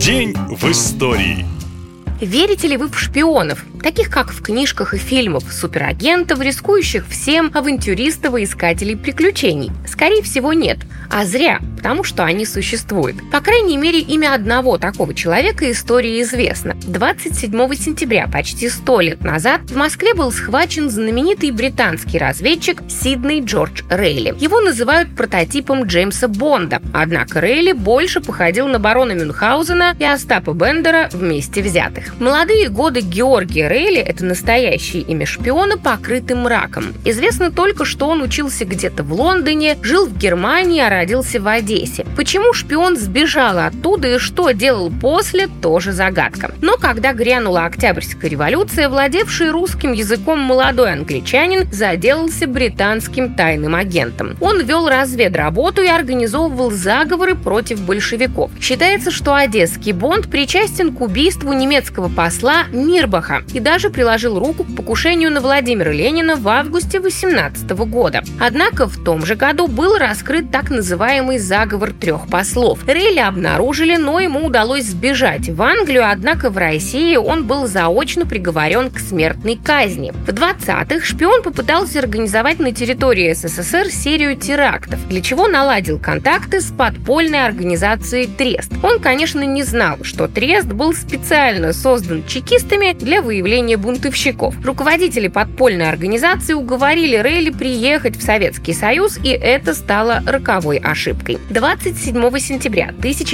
День в истории. Верите ли вы в шпионов, таких как в книжках и фильмах, суперагентов, рискующих всем, авантюристов и искателей приключений? Скорее всего, нет. А зря, потому что они существуют. По крайней мере, имя одного такого человека истории известно. 27 сентября, почти 100 лет назад, в Москве был схвачен знаменитый британский разведчик Сидней Джордж Рейли. Его называют прототипом Джеймса Бонда. Однако Рейли больше походил на барона Мюнхгаузена и Остапа Бендера вместе взятых. Молодые годы Георгия Рейли, это настоящее имя шпиона, покрыты мраком. Известно только, что он учился где-то в Лондоне, жил в Германии, а родился в Одессе. Почему шпион сбежал оттуда и что делал после, тоже загадка. Но когда грянула Октябрьская революция, владевший русским языком молодой англичанин заделался британским тайным агентом. Он вел разведработу и организовывал заговоры против большевиков. Считается, что одесский Бонд причастен к убийству немецкого посла Мирбаха и даже приложил руку к покушению на Владимира Ленина в августе 18 года. Однако в том же году был раскрыт так называемый заговор 3 послов. Рейли обнаружили, но ему удалось сбежать в Англию, однако в России он был заочно приговорен к смертной казни. В 20-х шпион попытался организовать на территории СССР серию терактов, для чего наладил контакты с подпольной организацией Трест. Он, конечно, не знал, что Трест был специально создан чекистами для выявления бунтовщиков. Руководители подпольной организации уговорили Рейли приехать в Советский Союз, и это стало роковой ошибкой. 27 сентября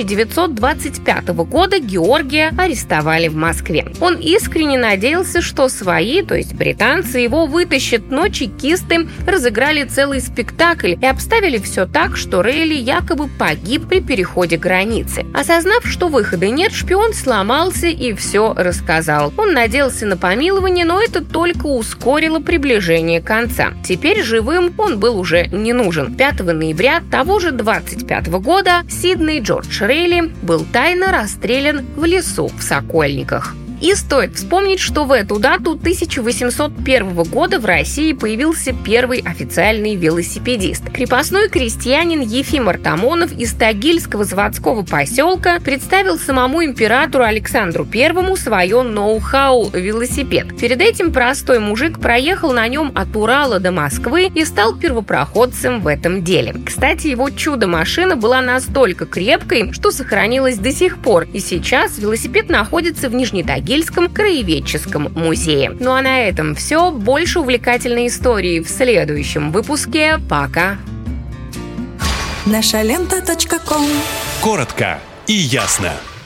1925 года Георгия арестовали в Москве. Он искренне надеялся, что свои, то есть британцы, его вытащат, но чекисты разыграли целый спектакль и обставили все так, что Рейли якобы погиб при переходе границы. Осознав, что выхода нет, шпион сломался и все рассказал. Он надеялся на помилование, но это только ускорило приближение конца. Теперь живым он был уже не нужен. 5 ноября того же 25 года Сидней Джордж Рейли был тайно расстрелян в лесу в Сокольниках. И стоит вспомнить, что в эту дату 1801 года в России появился первый официальный велосипедист. Крепостной крестьянин Ефим Артамонов из Тагильского заводского поселка представил самому императору Александру I свое ноу-хау велосипед. Перед этим простой мужик проехал на нем от Урала до Москвы и стал первопроходцем в этом деле. Кстати, его чудо-машина была настолько крепкой, что сохранилась до сих пор, и сейчас велосипед находится в Нижнетагильском краеведческом музее. Ну а на этом все. Больше увлекательной истории в следующем выпуске. Пока! Нашалента.ком. Коротко и ясно.